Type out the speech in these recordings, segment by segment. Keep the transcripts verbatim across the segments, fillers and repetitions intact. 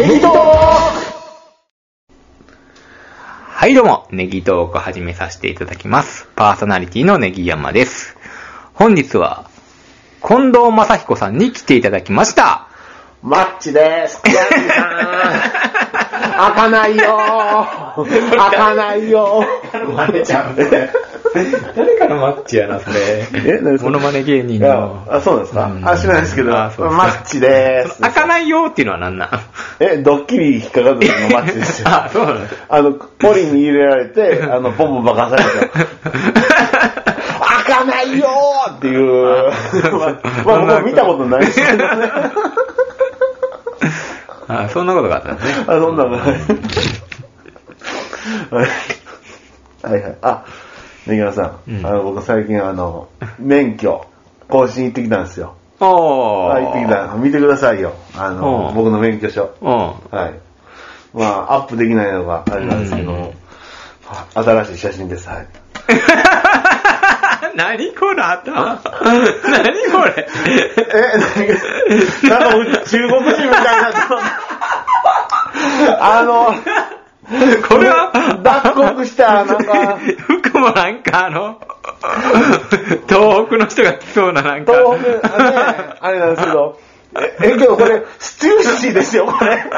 ネギトーク。はいどうも、ネギトーク始めさせていただきます。パーソナリティのネギ山です。本日は近藤正彦さんに来ていただきました。 マッチです。ヤンさん開かないよー開かないよーバレちゃうね。誰かのマッチやな、それ。え、何ですか？モノマネ芸人の。 あ、そうなんですか、うん、あ、知らないですけど、あ、マッチです。 開かないよっていうのは何なん？え、 ドッキリ引っかかった時のマッチですよ。 あ、そうなんです。 あの、ポリに入れられて、あの、ポンポンバカされて。開かないよーっていう。まあ、僕は見たことないですけどね。 あ、そんなことがあったんですね。 あ、そんなことない。はいはい。あ、ネギ山さん、うん、あの僕最近あの免許更新行ってきたんですよ。 おー。 行ってきた。見てくださいよ。あの僕の免許証。はい。まあアップできないのがあれなんですけども、新しい写真です。はい。 何この頭？何これ？ え、何なんか中国人みたいな。あの。 これは脱穀したなんか服もなんかあの東北の人が着そうななんか東北ねあれなんですけどええけどこれステューシーですよこれ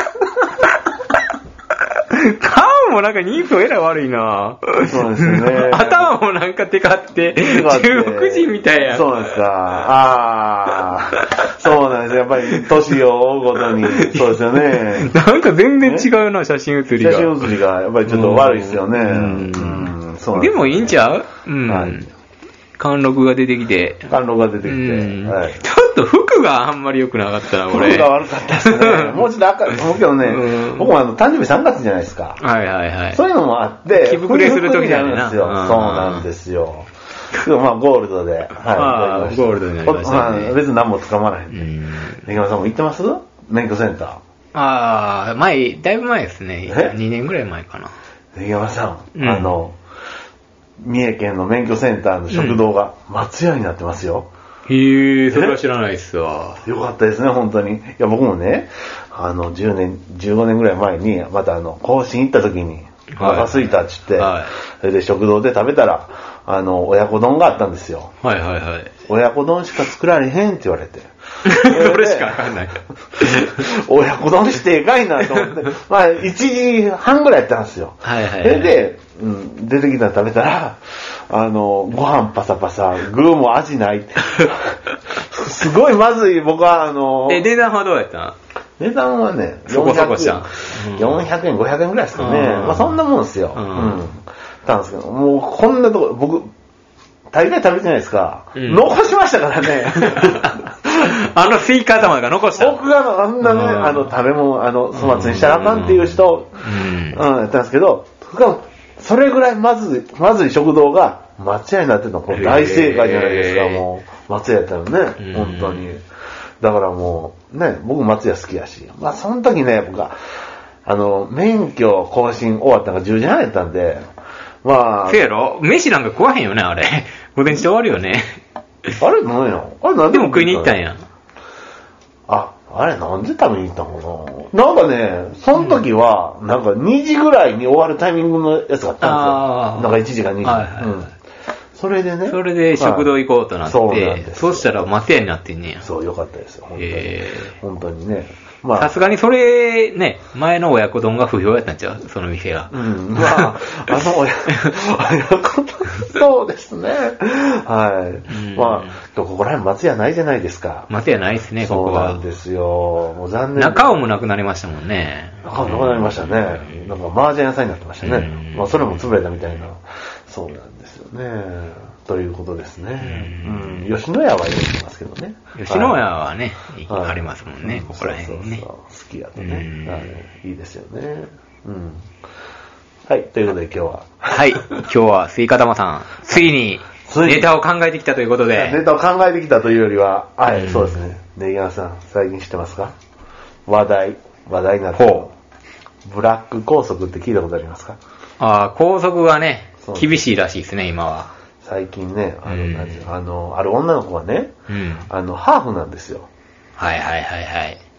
顔もなんか人相えらい悪いな。 そうですね。 頭もなんかテカって中国人みたいや。 そうなんですか。ああ、そうなんです。やっぱり年を追うごとにそうですよね。 なんか全然違うな写真写りが。 写真写りがやっぱりちょっと悪いですよね。うんうん、そうでもいいんちゃう？うん。はい、貫禄が出てきて。 貫禄が出てきて。 はい。ちょっと服があんまり良くなかったな、これ。 服が悪かったですね。もうちょっと赤い。思うけどね、うん、僕もあの、誕生日さんがつじゃないですか。 はいはいはい。 そういうのもあって、 着膨れする時じゃないな。 そうなんですよ。でもまあ、ゴールドで。はい。 ああ、ゴールドになりましたね。 別に何も捕まらへん。うん。ネギマさんも行ってます？免許センター。 ああ、前、だいぶ前ですね。にねんぐらい前かな。 ネギマさん、うん、あの、三重県の免許センターの食堂が松屋になってますよ。 うん、へえ、それは知らないっすわ。 よかったですね、本当に。いや、僕もね、あの、じゅうねん、じゅうごねんぐらい前に、またあの、更新行った時に、お腹空いたっつって、はい、それで食堂で食べたら、あの、親子丼があったんですよ。 はいはいはい。 親子丼しか作られへんって言われて。 それしかわかんない。 親子丼してえかいなと思って、まあ、いちじはんぐらいやったんですよ。 はいはい、はい。 それで、うん、出てきたの食べたら、あの、ご飯パサパサ、具も味ないって。すごいまずい、僕はあの、 え、値段はどうやったん？ 値段はね、 そこそこした。 よんひゃくえん、ごひゃくえんぐらいですかね。まあそんなもんですよ。うん。たんですけど、もうこんなとこ、僕、大概食べてないですか、うん、残しましたからね。 あのスイカ頭が残した。 僕があんなね、うん、あの食べ物、あの、粗末にしたらあかんっていう人、うん、うん、やったんですけど、それぐらいまずい、まずい食堂が松屋になってるのは大正解じゃないですか、もう。松屋やったらね、本当に。だからもう、ね、僕松屋好きやし。まあその時ね、僕は、あの、免許更新終わったのがじゅうじはんやったんで、まあ。 せやろ？飯なんか食わへんよね、あれ。午前中終わるよね。 あれ何やあれ何でも食いに行ったんや。 あ、あれなんで食べに行ったのかな。なんかね、その時は、なんかにじぐらいに終わるタイミングのやつがあったんですよ。なんかいちじかにじ。はいはい、うん。それでね。 それで食堂行こうとなって、はい、そうなんです。そうしたら松屋になってんねや。 そう、よかったですよ。本当に。えー、本当にね。まあ。 さすがにそれ、ね、前の親子丼が不評やったんちゃう？その店が。 うん。まあ、あの親、親子丼、そうですね。はい。うん、まあ、ここら辺松屋ないじゃないですか。 松屋ないですね、ここは。 そうなんですよ。もう残念。 中尾もなくなりましたもんね。 中尾なくなりましたね。なんか麻雀屋さんになってましたね。うん、まあ、それも潰れたみたいな。そうなんですよね。ということですね。うん。吉野家は言ってますけどね。 吉野家はね、はい、ありますもんね、ここら辺にね。 そうそうそう、好きやとね、はい。いいですよね。うん。はい、ということで今日は。 はい、今日はスイカ玉さん、ついにネタを考えてきたということで。 ネタを考えてきたというよりは、はい、そうですね。ネギ山さん、最近知ってますか？話題、話題になってる。ブラック拘束って聞いたことありますか？ ああ、拘束がね、厳しいらしいですね、今は。 最近ね、あの、うん、あの、ある女の子がね、うん、あの、ハーフなんですよ。 はいはいはいはい。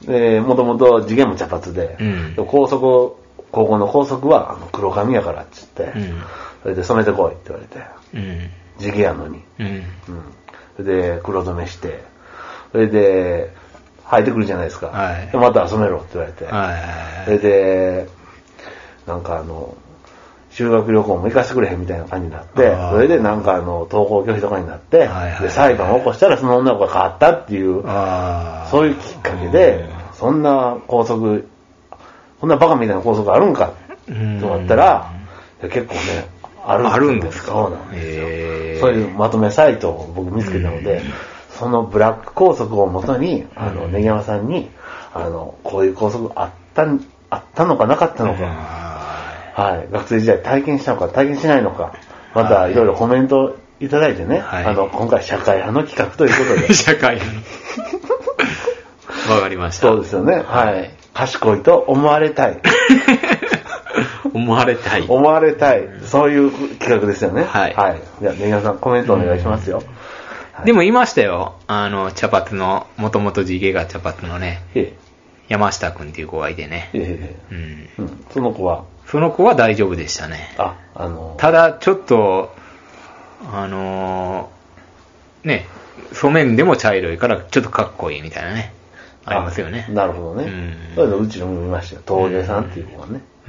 で、もともと次元も茶髪で、うん、高速、高校の高速はあの黒髪やからっつって、うん、それで染めてこいって言われて、うん、地毛やのに、うんうん、それで黒染めして、それで生えてくるじゃないですか。はい、でまた染めろって言われて、はい、それで、なんかあの、修学旅行も行かせてくれへんみたいな感じになって、それでなんかあの、登校拒否とかになって、はいはい、で、裁判を起こしたらその女の子が変わったっていう、そういうきっかけで、そんな校則、そんなバカみたいな校則あるんかって思ったら、結構ね、あるんです。 あるんですか？ そうなんですよ。そういうまとめサイトを僕見つけたので、そのブラック校則をもとに、あの、ネギ山さんに、あの、こういう校則あった、あったのかなかったのか、はい、学生時代体験したのか体験しないのか、またいろいろコメントいただいてね、はい、あの今回社会派の企画ということで社会派わかりました。 そうですよね、はい、はい、賢いと思われたい思われたい思われたい、そういう企画ですよね。はい、はい、じゃあネギさんコメントお願いしますよ。 はい、でもいましたよ、あの茶髪のもともと地毛が茶髪のね、山下くんっていう子がいてね、ええ、うんうん、その子はその子は大丈夫でしたね。あ、あのー、ただちょっとあのー、ね、染めんでも茶色いからちょっとかっこいいみたいなね、ありますよね。 なるほどね。うん、そういうのうちのも見ましたよ。峠さんっていう子はね。うん。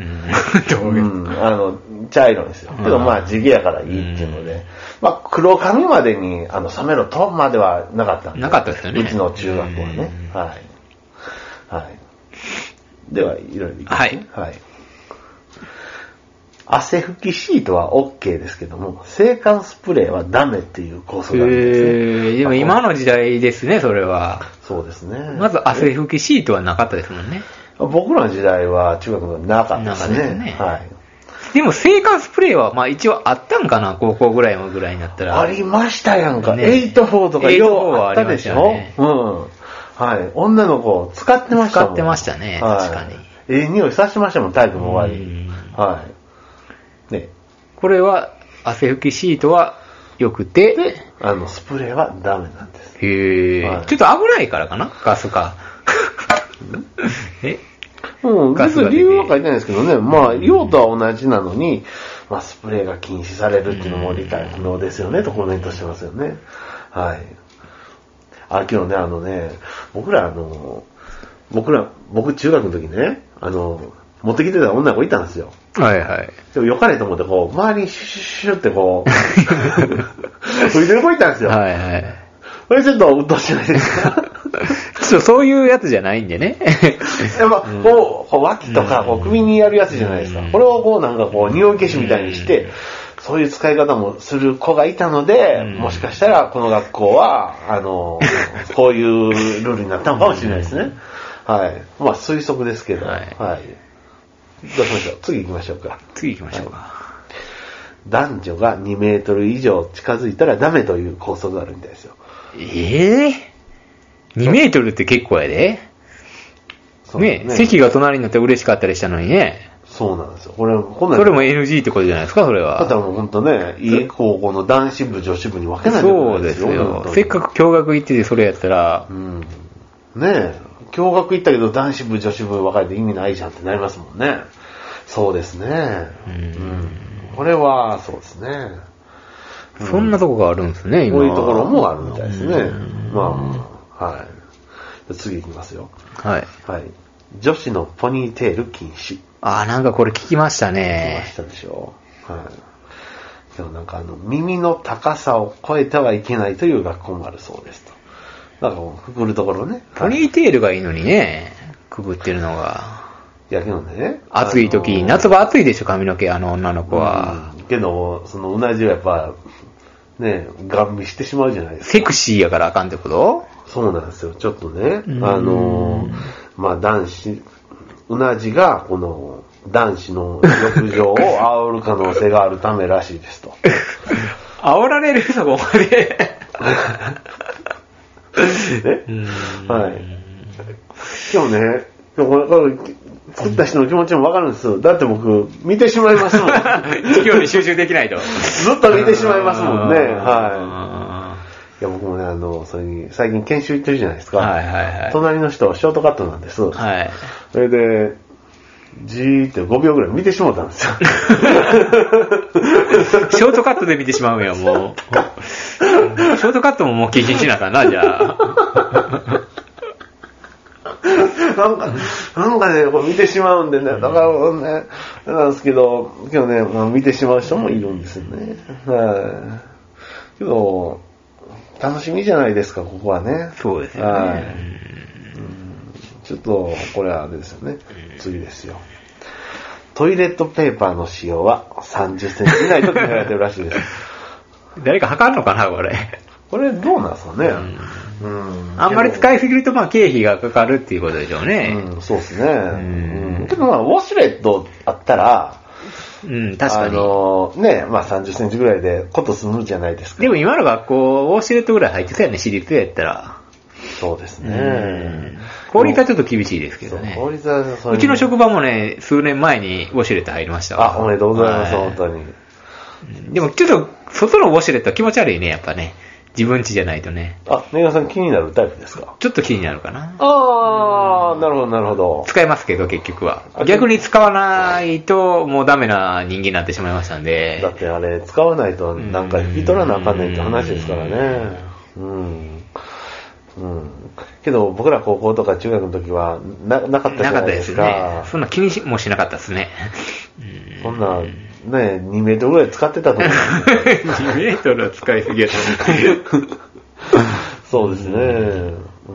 うん、あの茶色いんですよ。けどまあ地毛やからいいっていうので、うん、まあ黒髪までにあの染めろとまではなかったんで。 なかったですよね。 うちの中学校はね。うん、はいはい。ではいろいろいきますね。はい。はい、汗拭きシートは OK ですけども、制汗スプレーはダメっていう構想があるんですね。 えー、でも今の時代ですね、それは。 そうですね。 まず汗拭きシートはなかったですもんね。 僕らの時代は中学のなかったですね。ですね。はい。 でも制汗スプレーはまあ一応あったんかな、高校ぐらいのぐらいになったら。 ありましたやんか。ね、エイトフォーとか色々あったでしょ。ね、うん。はい。女の子使ってましたもん。 使ってましたね、確かに。 ええ匂いさせましたもん、体育の終わり。はい。ね。 これは、汗拭きシートは良くて、 で、あの、スプレーはダメなんです。 へえ、はい。ちょっと危ないからかな、ガスか。 えうん、別に理由は書いてないですけどね、まあ、用途は同じなのに、まあ、スプレーが禁止されるっていうのも理解不能ですよね、とコメントしてますよね。はい。あ、今日ね、あのね、僕らあの、僕ら、僕中学の時ね、あの、持ってきてた女の子いたんですよ。 はいはい。 でも良かれと思ってこう、周りにシュシュシュってこう、吹いてる子いたんですよ。はいはい。これちょっと鬱陶しないですか？ そう、そういうやつじゃないんでね。 やっぱ、こう、こう脇とか、こう首にやるやつじゃないですか。これをこうなんかこう、匂い消しみたいにして、そういう使い方もする子がいたので、もしかしたらこの学校は、あの、こういうルールになったのかもしれないですね。はい。まあ推測ですけど。はい。はい、どうしましょう。次行きましょうか。 次行きましょうか。 はい、男女がにメートル以上近づいたらダメという構想があるみたいですよ。 ええー、にメートルって結構やで。そうね。ね、席が隣になって嬉しかったりしたのにね。 そうなんですよ。これ、こんなそれも エヌジー ってことじゃないですか、それは。 だからもうほんとね、いい高校の男子部、女子部に分けないといけないですよ。そうですよ。 せっかく共学行っててそれやったら。 うん。ねえ。共学行ったけど男子部、女子部分かれて意味ないじゃんってなりますもんね。そうですね。うん。うん、これは、そうですね。 うん、そんなとこがあるんですね、今。 こういうところもあるみたいですね。まあ、はい。次行きますよ。はい。はい。女子のポニーテール禁止。 ああ、なんかこれ聞きましたね。 聞きましたでしょ。はい。でもなんかあの、耳の高さを超えてはいけないという学校もあるそうですと。なんかこう、くくるところね。 ポニーテールがいいのにね、くぐってるのが。 いやけどね。 暑い時、あのー、夏場暑いでしょ、髪の毛、あの女の子は。 うん、けど、そのうなじはやっぱ、ね、ガン見してしまうじゃないですか。 セクシーやからあかんってこと？ そうなんですよ。ちょっとね、あのー、まあ男子、うなじが、この、男子の浴場を煽る可能性があるためらしいですと。 煽られるそこまで。 ね、はい。今日ね、これ、作った人の気持ちもわかるんですよ。だって僕、見てしまいますもん。 今日に集中できないと。 ずっと見てしまいますもんね。はや、僕もね、あの、それに、最近研修行ってるじゃないですか。 はいはいはい。 隣の人はショートカットなんです。 はい。 それで、じーってごびょうぐらい見てしまったんですよ。ショートカットで見てしまうんや、もう。ショートカットももう禁止しなあかんな、じゃあ。 なんか、なんかね、これ見てしまうんでね、だからね、なんですけど、けどね、まあ、見てしまう人もいるんですよね。はい。けど、楽しみじゃないですか、ここはね。 そうですよね。 はい。ちょっと、これはあれですよね。次ですよ。トイレットペーパーの使用はさんじゅっセンチ以内と決められてるらしいです。 誰か測るのかな、これ。 これどうなんですかね。 うん。あんまり使いすぎると、まあ、経費がかかるっていうことでしょうね。 うん、そうですね。うん。けど、まあ、ウォシュレットあったら、 うん、確かに。 あの、ね、まあさんじゅっセンチぐらいでこと済むじゃないですか。 でも今の学校、ウォシュレットぐらい入ってたよね、私立やったら。 そうですね。 法律はちょっと厳しいですけどね。 法律はそういう。 うちの職場もね、数年前にウォシュレット入りましたわ。 あ、おめでとうございます、はい、本当に。 でもちょっと、外のウォシュレットは気持ち悪いね、やっぱね。自分家じゃないとね。 あ、ネガさん気になるタイプですか？ ちょっと気になるかな。 あー、なるほど、なるほど。 使いますけど、結局は。逆に使わないと、もうダメな人間になってしまいましたんで。 だってあれ、使わないと、なんか引き取らなあかんねんって話ですからね。うん。うん。けど、僕ら高校とか中学の時は、な、なかったじゃないですか。なかったですね。そんな気にもしなかったですね。 そんな、ね、にメートルぐらい使ってたと思う。にメートルは使いすぎやと思う。 そうですね。うん。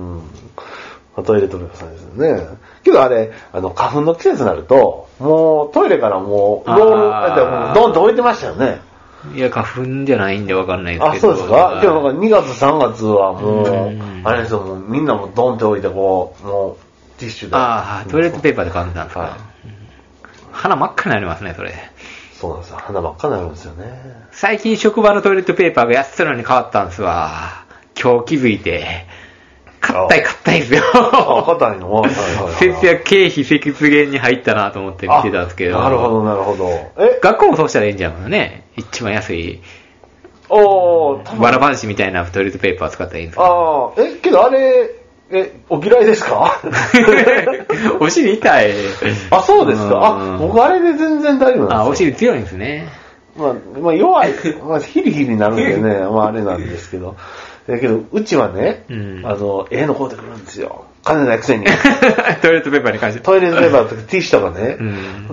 トイレトレーさんですよね。けどあれ、あの、花粉の季節になると、もうトイレからもう、ロール、ドンと置いてましたよね。 いや、花粉じゃないんでわかんないですけど。あ、そうですか？けどなんかにがつさんがつはもう、あれですよ、もうみんなもドンって置いてこう、もう、ティッシュで。 ああ、トイレットペーパーで買ってたんですか。はい、鼻真っ赤になりますね、それ。 そうなんですよ。鼻ばっかになるんですよね。 最近職場のトイレットペーパーが安いのに変わったんですわ。今日気づいて。硬い硬いですよ。 あ、硬いのはいはいはい、 節約経費節減に入ったなと思って見てたんですけど。 なるほどなるほど。 え学校もそうしたらいいんじゃんね。一番安い。 おー、 わらばんしみたいなトイレットペーパー使ったらいいんですか？ ああ、え、けどあれ、え、お嫌いですか？ お尻痛い。 あ、そうですか。あ、僕あれで全然大丈夫なんですよ。 あ、お尻強いんですね。 まあ、まあ、弱い、まあ、ヒリヒリになるんでね、まああれなんですけど。だけど、うちはね、うん、あの、ええの買うてくるんですよ。金ないくせに。 トイレットペーパーに関して。 トイレットペーパーとかティッシュとかね。うん、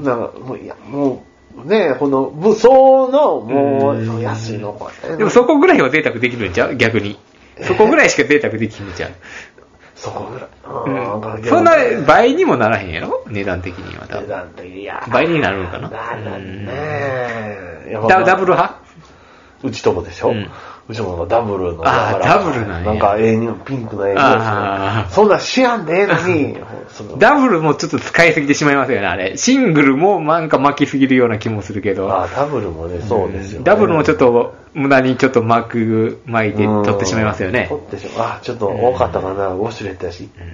なんかもういや、もう、ね、この武装の、もう、安いのこれ。 でもそこぐらいは贅沢できるんちゃう？逆に。そこぐらいしか贅沢できるんちゃう？ そこぐらい。 うん、そんな倍にもならへんやろ？値段的には。 値段的には。 倍になるのかな？ なるね。 ダ, ダブル派？ うちとこでしょ、うん、うちもダブルの。 ああ、ダブルなんや。 なんかええに、ピンクのええに。そんなしやんでええのに。 ダブルもちょっと使いすぎてしまいますよね、あれ。シングルもなんか巻きすぎるような気もするけど。 ああ、ダブルもね、そうですよね。 ダブルもちょっと無駄にちょっと巻く、巻いて取ってしまいますよね。 取ってしまう。あ、ちょっと多かったかな、ウォシュレットやし。うん、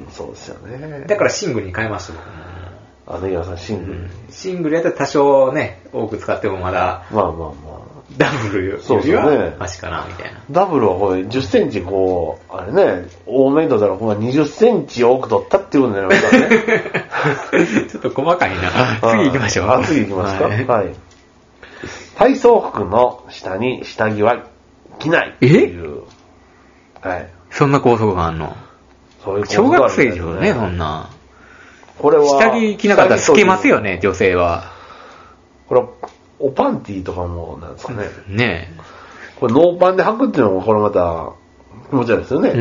そうですよね。 だからシングルに変えましたもん。 あ、ネギワさんシングル、うん、 シングルやったら多少ね、多く使ってもまだ。 まあまあまあ。 ダブルよりはマシかなみたいな。 ダブルはこれじゅっセンチこう、あれね、多めに取ったらこれにじゅっセンチ多く取ったっていうことになりますからね。 ちょっと細かいな。次行きましょう。 あ、次行きますか。はい。はい、体操服の下に下着は着ないっていう。 え？はい。そんな校則があんの？そういう校則がある、ね。小学生でしょうね、そんな。 これは。 下着着なかったら透けますよね、女性は。 これは、おパンティーとかもなんですかね。 ねえ。 これノーパンで履くっていうのもこれまた気持ち悪いですよね。うん、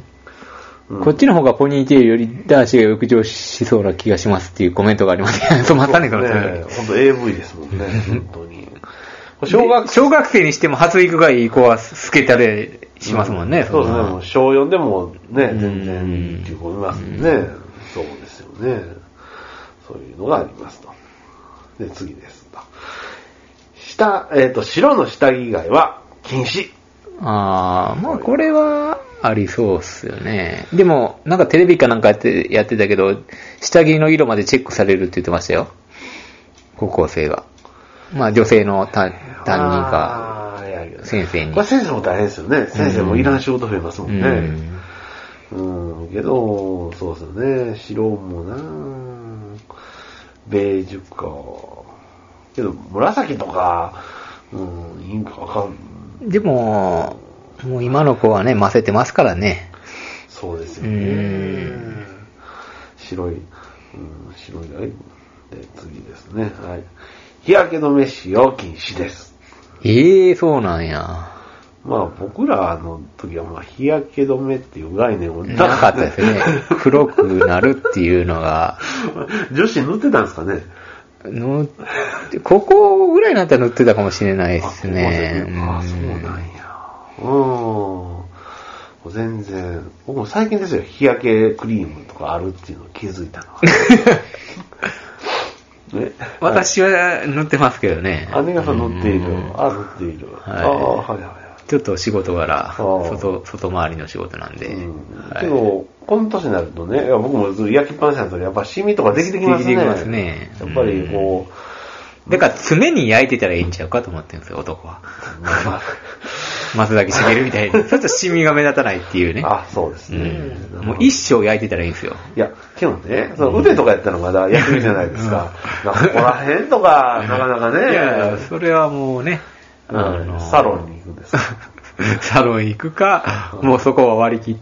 うん。こっちの方がポニーテールより男子が浴場しそうな気がしますっていうコメントがありますね。そうまさにその通り。 ね、本当 エーブイ ですもんね。本当に。 小学小学生にしても発育がいい子は透けたりしますもんね。 うん、そうですね。もう小よんでもね、全然っていう子いますもんね。うん、そうですよね。そういうのがありますと。で、次です。下、えっと、白の下着以外は禁止。 ああ、まあこれはありそうっすよね。でも、なんかテレビかなんかやってやってたけど、下着の色までチェックされるって言ってましたよ。高校生が。まあ女性の担任か。 ああ、いやいや、 先生に。 これ先生も大変ですよね。先生もいらん仕事増えますもんね。うん、うん、けど、そうですよね。白もなベージュか。けど、紫とか、うん、いいんかわかんでも、もう今の子はね、混ぜてますからね。 そうですよね。白い、うん、白い、はい。で、次ですね。はい。日焼け止め使用禁止です。 ええー、そうなんや。 まあ僕らの時はまあ日焼け止めっていう概念もなかったですね。黒くなるっていうのが。 女子塗ってたんですかね。 塗って、ここぐらいになったら塗ってたかもしれないですね。 ああ、そうなんや。うん。全然。僕も最近ですよ。日焼けクリームとかあるっていうのを気づいたのは。 ね、私は塗ってますけどね。 姉がさん塗っている。あ、塗っている。はい、ああ、はいはい。 ちょっと仕事柄、外、外回りの仕事なんで。うんはい、けど、この年になるとね、いや僕もずっと焼きっぱなしなんですけど、やっぱシミとかできてきますね。 できてきますね。 やっぱりこう、だから常に焼いてたらいいんちゃうかと思ってるんですよ、男は。松崎しげるみたいに。ちょっとシミが目立たないっていうね。 あ、そうですね。 うん、もう一生焼いてたらいいんですよ。 いや、けどね、その腕とかやったらまだ焼けるじゃないですか。なんかここら辺とか、なかなかね。 いや、それはもうね、 あのサロンに行くんです。 サロン行くか、もうそこは割り切って、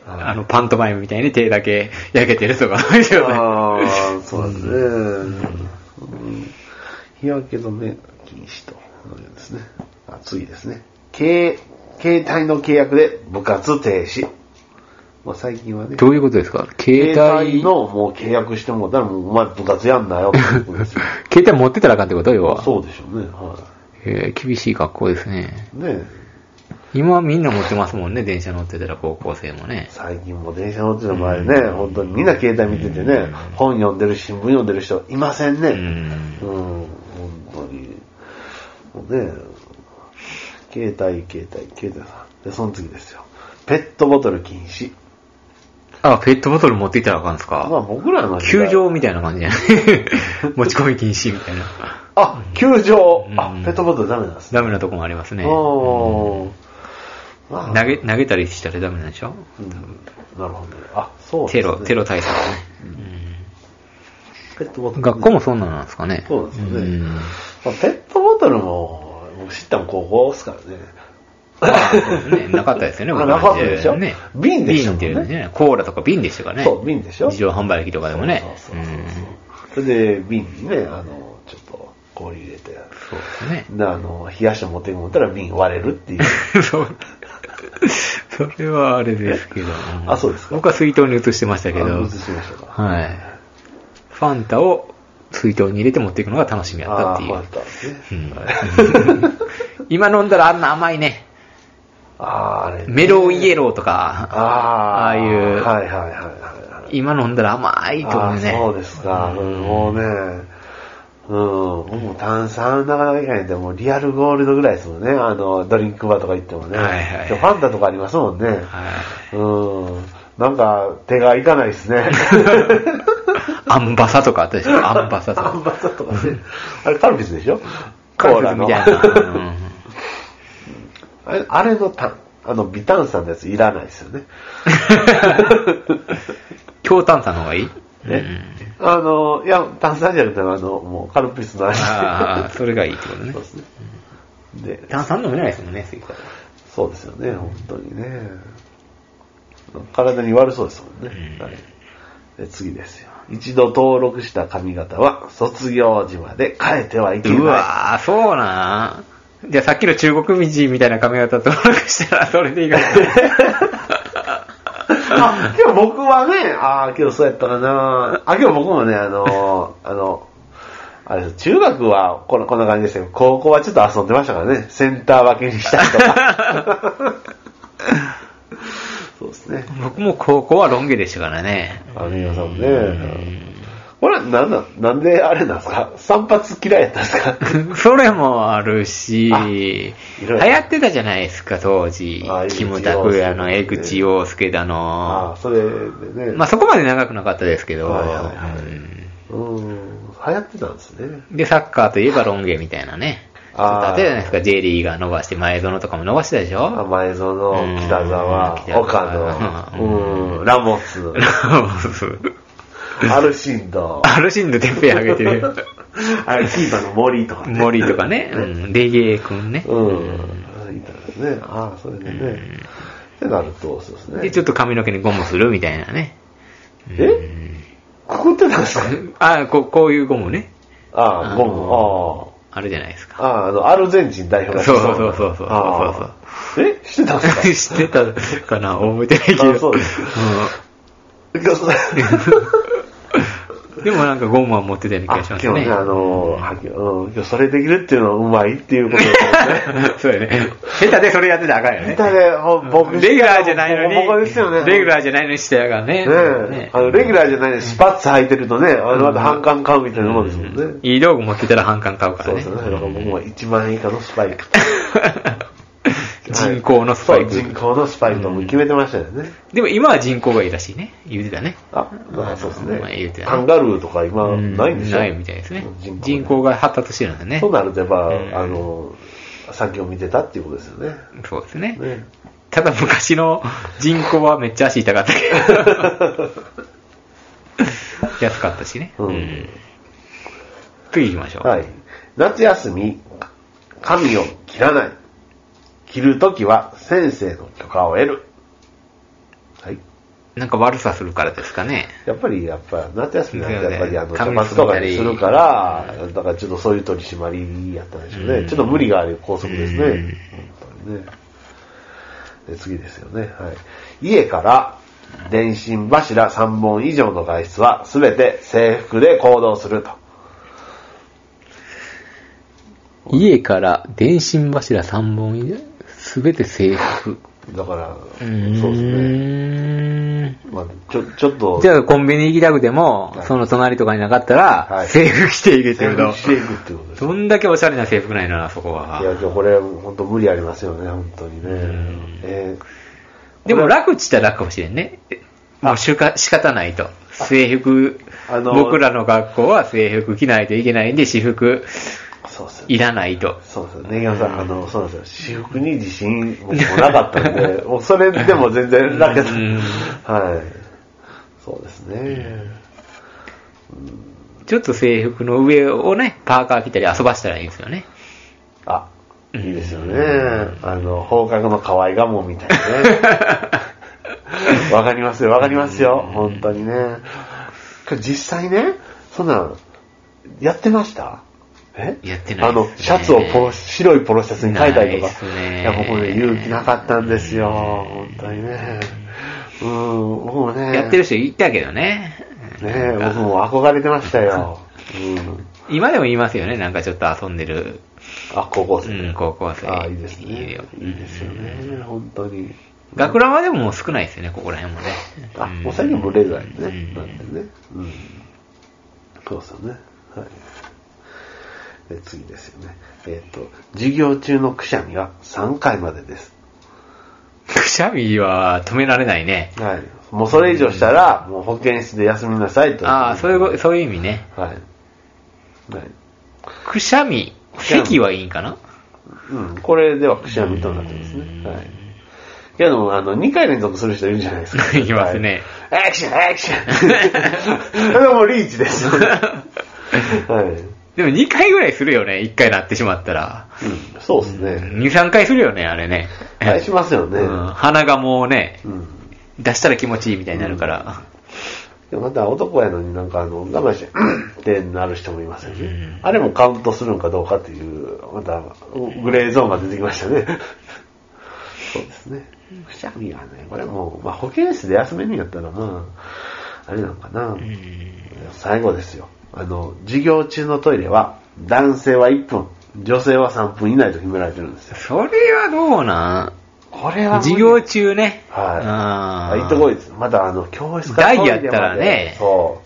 あの、パントマイムみたいに手だけ焼けてるとか、ですよね。 ああ、そうですね。うん、日焼け止め禁止と。ですね。あ、次ですね。携、携帯の契約で部活停止。まあ最近はね。 どういうことですか？携帯。 携帯のもう契約してもうたらもうお前部活やんなよっていうことですよ。 携帯持ってたらあかんってこと要は。 そうでしょうね。はい。 えー、厳しい学校ですね。 ね今はみんな持ってますもんね、電車乗ってたら高校生もね。 最近も電車乗ってる前ね、うん、本当にみんな携帯見ててね、うん、本読んでる新聞読んでる人いませんね。うん、うん、本当に。もうね、携帯、携帯、携帯さん。で、その次ですよ。ペットボトル禁止。 あ、ペットボトル持っていったらあかんですか？ まあ僕らの球場みたいな感じじゃない持ち込み禁止みたいな。 あ、球場、うん、あ、ペットボトルダメなんですね。ダメなとこもありますね。 うんまあ、投げ、投げたりしたらダメなんでしょ、 うん、なるほどね。あ、そうですね。テロ、テロ対策ね。うん、 ペットボトル、ね。 学校もそんなんなんですかね。 そうですよね。うんまあ、ペットボトルも、僕知ったの高校ですからね。 ね、なかったですよね、 僕なかったでしょ、ね、瓶でしょ、 ね、瓶ってね、コーラとか瓶でしたかね。 そう、瓶でしょ。 自動販売機とかでもね。 そうそうそうそう。それで、瓶にね、あの、ちょっと氷入れて、 そうですね。 で、あの、冷やして持っていくもったら瓶割れるっていう。 そう。それはあれですけど。 あ、そうですか。 僕は水筒に移してましたけど。 移してましたか。 はい。ファンタを水筒に入れて持っていくのが楽しみやったっていう。 あ、ファンタですね。 今飲んだらあんな甘いね。 ああれ、ね、 メロンイエローとか、 あああいう、 はいはいはいはい。 今飲んだら甘いと思うね。 そうですか。うん、もうね、うん、もう炭酸なかなかいかないんで、もうリアルゴールドぐらいですもんね。あの、ドリンクバーとか行ってもね。 はいはい、 ファンタとかありますもんね。 はい、 うん。なんか、手がいかないですね。 アンバサとかあったでしょアンバサとか。 アンバサとかね。あれカルピスでしょコーラみたいな。うんあれ、あれの炭、あの、微炭酸のやついらないですよね。 強炭酸の方がいいね、うん、あの、いや、炭酸じゃなくて、あの、もうカルピスの味。 ああ、それがいいってことね。 そうですね。 で、炭酸飲めないですもんね、スイカ。 そうですよね、本当にね。体に悪そうですもんね。うん、はい、で次ですよ。一度登録した髪型は、卒業時まで変えてはいけない。 うわぁ、そうなんじゃあさっきの中国人みたいな髪型登録したらそれでいいかな。 あ、今日僕はね、ああ、今日そうやったかな。あ、今日僕もね、あの、あの、あれ中学はこんな、こんな感じでしたけど、高校はちょっと遊んでましたからね。センター分けにしたりとか。そうですね。 僕も高校はロン毛でしたからね。 あ、皆さんね。これはなんだ、なんであれなんですか散髪嫌いやったんですかそれもあるし、流行ってたじゃないですか、当時。キムタクやの、江口洋介だの。 あ、それでね。 まあそこまで長くなかったですけど。 はいはいはい、うん。うん。流行ってたんですね。 で、サッカーといえばロン毛みたいなね。 あったじゃないですか、J リーが伸ばして、前園とかも伸ばしてたでしょ。 あ、前園、北沢、岡野、うん、ラモス、ラモス、アルシンド、 アルシンドてっぺん上げてる。 あれ、キーパーの森とかね。森とかね、うん、レゲエ君ね。 うん。いたんですね。ああ、それでね。ってなると、そうですね。 で、ちょっと髪の毛にゴムするみたいなね。 えくくってたんですか？ ああ、ここういうゴムね。 ああ、ゴム。ああ。 あるじゃないですか。 ああ、あの、アルゼンチン代表がそうそうそうそうそうそうそう。え知ってたんですか？ 知ってたかな覚えてないけど。 そうです。うん。 でもなんかゴムは持ってたような気がしますね。 今日ね、あのー、うん、今日それできるっていうのはうまいっていうことですね。 そうやね。下手でそれやってたらあかんよね。 下手で、僕、 レギュラーじゃないのに、 僕ですよね。 レギュラーじゃないのにしてやがんね。 ねあの、レギュラーじゃないのにスパッツ履いてるとね、あの、また反感買うみたいなもんですもんね。 いい道具持ってたら反感買うからね。 そうですね。だから僕はいちまん円以下のスパイク。 人工のスパイク。 人工のスパイクとも決めてましたよね。 でも今は人工がいいらしいね。言うてたね。 あ、まあそうですね。 言うてたね。 カンガルーとか今ないんでしょ？ ないみたいですね。人工が発達してるんだね。 そうなるとやっぱ、あの、先を見てたっていうことですよね。 そうですね。ただ昔の人工はめっちゃ足痛かったけど。安かったしね。うん。次行きましょう。 はい。夏休み、髪を切らない。切るときは先生の許可を得る。はい。 なんか悪さするからですかね。 やっぱり、やっぱ、夏休みなんてやっぱりあの、茶髪とかにするから、だからちょっとそういう取り締まりやったんでしょうね。うん、ちょっと無理がある校則ですね。うん、本当にね。で、次ですよね。はい。家から電信柱さんぼん以上の外出はすべて制服で行動すると。 家から電信柱さんぼん以上すべて制服。 だから、そうですね。まあ、ちょ、ちょっと。 じゃあコンビニ行きたくても、はい、その隣とかになかったら、はい、制服着ていけってこと。 制服着ていくってことです。 どんだけおしゃれな制服ないのな、そこは。 いや、これ、本当無理ありますよね、本当にね。えー、でも楽っちったら楽かもしれんね。もうしか仕方ないと。制服、あのー、僕らの学校は制服着ないといけないんで、私服。 そうですね。 いらないと。 そうですね。ネギさん、あの、そうなんですよ。私服に自信僕もなかったんで、もうそれでも全然楽だった。はい。そうですね、 うん。ちょっと制服の上をね、パーカー着たり遊ばしたらいいんですよね。 あ、いいですよね。あの、放課後の可愛がもみたいなね。わかりますよ、わかりますよ。本当にね。実際ね、そんな、やってました？ えやってない、 ね、あの、シャツをポロ、白いポロシャツに変えたりとか。いや、僕ね、勇気なかったんですよ。本当にね。うん、僕もね。 やってる人いたけどね。 ね僕も憧れてましたよ。 うん、今でも言いますよね、なんかちょっと遊んでる。 あ、高校生。 うん、高校生。 あ、いいですね。いいよいいですよね、本当に。 学ランはでももう少ないですよね、ここら辺もね。 あ、もう最近もレザーね。なんでね。うん。そうですよね。はい。次ですよね。えっと、授業中のくしゃみはさんかいまでです。 くしゃみは止められないね。 はい。もうそれ以上したら、もう保健室で休みなさいと。 ああ、そういう、そういう意味ね。 はい。はい、 くしゃみ、咳はいいんかな？ うん。これではくしゃみとなってますね。はい。けど、あの、にかい連続する人いるじゃないですか。 いますね。 はい、アクション、アクション。それはもうリーチです。はい。 でもにかいぐらいするよね、いっかいなってしまったら。 うん、そうですね。 に、さんかいするよね、あれね。 はい、しますよね。 うん、鼻がもうね、うん、出したら気持ちいいみたいになるから。 うん、でもまた男やのになんかあの、我慢して、ってなる人もいますよね、うん。あれもカウントするのかどうかっていう、またグレーゾーンが出てきましたね。そうですね。くしゃみはね、これもう、まあ保健室で休めるんやったらまあ、あれなのかな。うん、最後ですよ。あの、授業中のトイレは、男性はいっぷん、女性はさんぷん以内と決められてるんですよ。 それはどうなんこれは授業中ね。 はい。ああ。行ってこいです。まだあの、教室からトイレまで。大やったらね。 そう。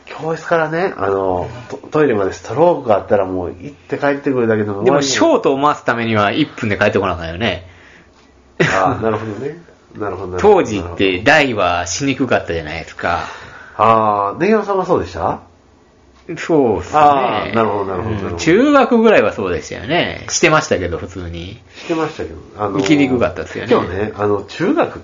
教室からね、あの、ト, トイレまでストロークがあったらもう行って帰ってくるだけでも。 でも、ショートを回すためにはいっぷんで帰ってこなかったよね。 ああ、なるほどね。なるほど。 当時って大はしにくかったじゃないですか。 ああ、ネギ山さんはそうでした？ そうですね。 ああ、なるほど、なるほど、うん。 中学ぐらいはそうでしたよね。してましたけど、普通に。 してましたけど。あのー、 生きにくかったですよね。 今日ね、あの、中学って、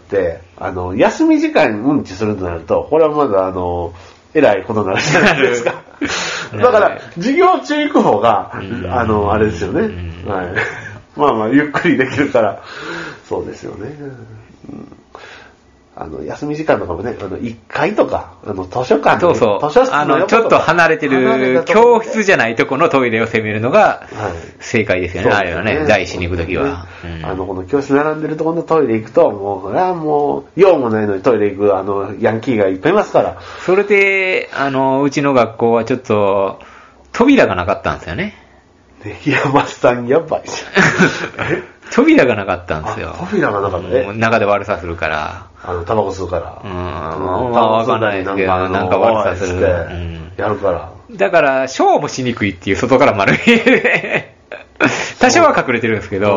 あの、休み時間にうんちするとなると、これはまだあの、えらいことになるじゃないですか。だから、授業中行く方が、あの、あれですよね。はい。まあまあ、ゆっくりできるから、そうですよね。うんあの、休み時間とかもね、あの、いっかいとか、あの、図書館そうそう。 図書室のあの、ちょっと離れてる、教室じゃないとこのトイレを攻めるのが、正解ですよね、はい、あれはね、大師に行くときは、 ねうん。あの、この教室並んでるところのトイレ行くと、もう、これはもう、用もないのにトイレ行く、あの、ヤンキーがいっぱいいますから。 それで、あの、うちの学校はちょっと、扉がなかったんですよね。 ね、山さんやばいじゃん。え扉がなかったんですよ。 扉がなかったね。 中で悪さするから。 あの、タバコ吸うから。 うん。まあ、わかんないですけど、なんか悪さする。 うん。やるから。 だから、ショーもしにくいっていう外から丸見えで。多少は隠れてるんですけど。うん。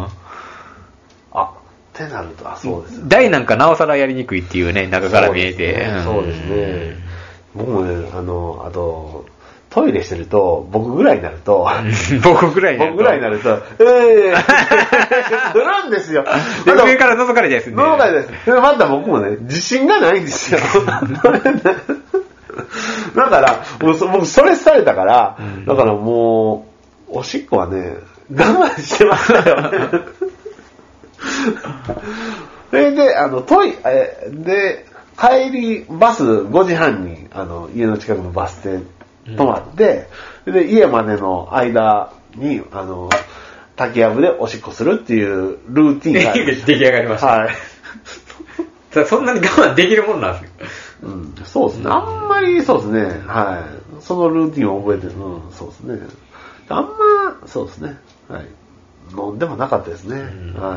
あ、ってなると、あ、そうです、ね。 台なんかなおさらやりにくいっていうね、中から見えて。 そうですね。僕もね、あの、あと、トイレしてると、僕ぐらいになると、 僕ぐらいになると、 僕ぐらいになると、えぇー、するんですよ。 上から覗かれちゃいですね。 覗かれです。でまた僕もね、自信がないんですよ。だから、僕それされたから、うん、だからもう、おしっこはね、我慢してましたよね。それで、あの、トイレ、で、帰り、バスごじはんに、あの、家の近くのバス停、泊まって、うん、で、家までの間に、あの、竹やぶでおしっこするっていうルーティンが出来上がりました。 はい。 そんなに我慢できるもんなんですか？ うん、そうですね。あんまり、そうですね。はい。そのルーティンを覚えてる。うん、そうですね。あんま、そうですね。はい。飲んでもなかったですね。うん、はい。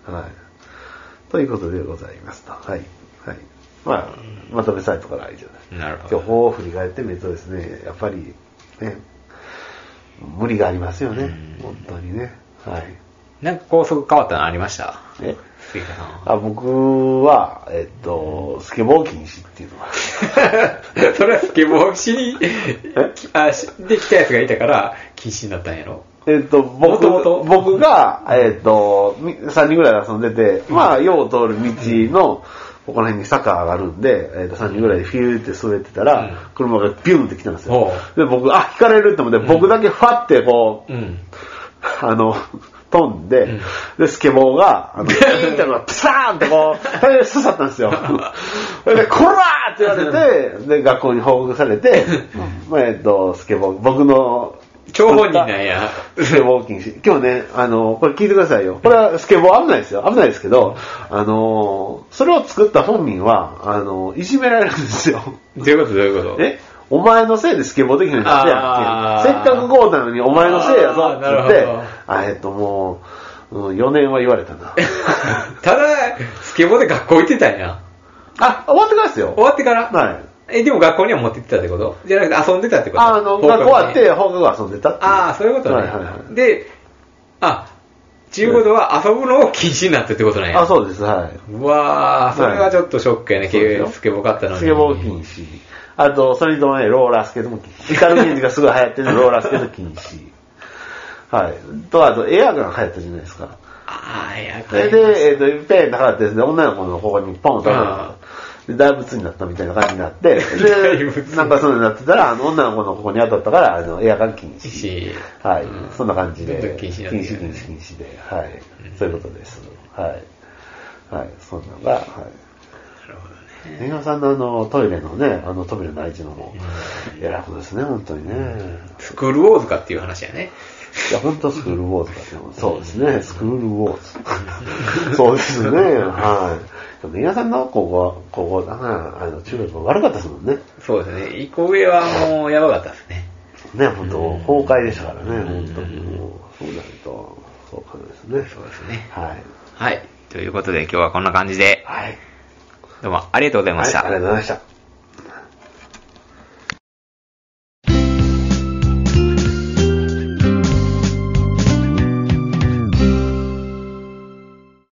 はい。ということでございますと。はい。はい。まあ、まとめサイトから以上です。 なるほど。 今日法を振り返ってみるとですね、やっぱり、ね、無理がありますよね。本当にね。はい。 なんか校則変わったのありました？えあ僕は、えっと、スケボー禁止っていうのが。 それはスケボーしに、あ、できたやつがいたから、禁止になったんやろ？ えっと、僕、もともと僕が、えっと、さんにんぐらいで遊んでて、まあ、よう通る道の、ここら辺に坂上がるんで、えっと、さんにんぐらいでフィーって滑ってたら、うん、車がビュンって来たんですよ。で、僕、あ、引かれるって思って、僕だけファってこう、うん、あの、飛んで、うん、で、スケボーが、あの、ピーンってのが、プサーンってこう、刺さったんですよ。で、こらーって言われて、で、学校に報告されて、まあ、えっと、スケボー、僕の、 張本人なんや。 スケボー禁止。今日ね、あの、これ聞いてくださいよ。これはスケボー危ないですよ。危ないですけど、あの、それを作った本人は、あの、いじめられるんですよ。 どういうことどういうことえお前のせいでスケボーできるようになってやんけ。せっかくこうなのにお前のせいやぞって言って、あえっともう、うん、よねんは言われたな。 ただ、スケボーで学校行ってたんや。 あ、終わってからですよ。 終わってからはい。 え、でも学校には持ってってたってことじゃなくて遊んでたってことあ、あの、学校終わって放課後遊んでたっていう。 ああ、そういうことね。 はいはいはい。 で、あ、中古は遊ぶのを禁止になったってことなんや。 あ、そうです、はい。 うわー、それはちょっとショックやね、はい、スケボー買ったのに。 スケボー禁止。あと、それに伴いローラースケートも禁止。イタルゲンジがすごい流行ってるローラースケート禁止。はい。と、あと、エアガン流行ったじゃないですか。 ああ、エアガン。 それで、えっ、ー、と、ペン高かったですね、女の子のここにポンと当たった。で、大仏になったみたいな感じになって、で、なんかそういうのになってたら、あの、女の子のここに当たったから、あの、エアガン禁止。はい、うん。そんな感じで。 禁止、 禁止、禁止、禁止で。はい。うん、そういうことです。はい。はい。そんなのが、はい。なるほどね。ネガさんのあの、トイレのね、あの、扉の配置のも、うん、偉いことですね、本当にね。 スクールウォーズかっていう話やね。 いや、本当スクールウォーズかっていうのそうですね、スクールウォーズ。そうですね、はい。皆さんの高校、高校だな、あの、中学悪かったですもんね。 そうですね。一個上はもうやばかったですね。 ね、本当崩壊でしたからね、本当にもう、そうなると、そうかですね。 そうですね。 はい。 はい。ということで今日はこんな感じで。 はい。 どうもありがとうございました。 はい、ありがとうございました。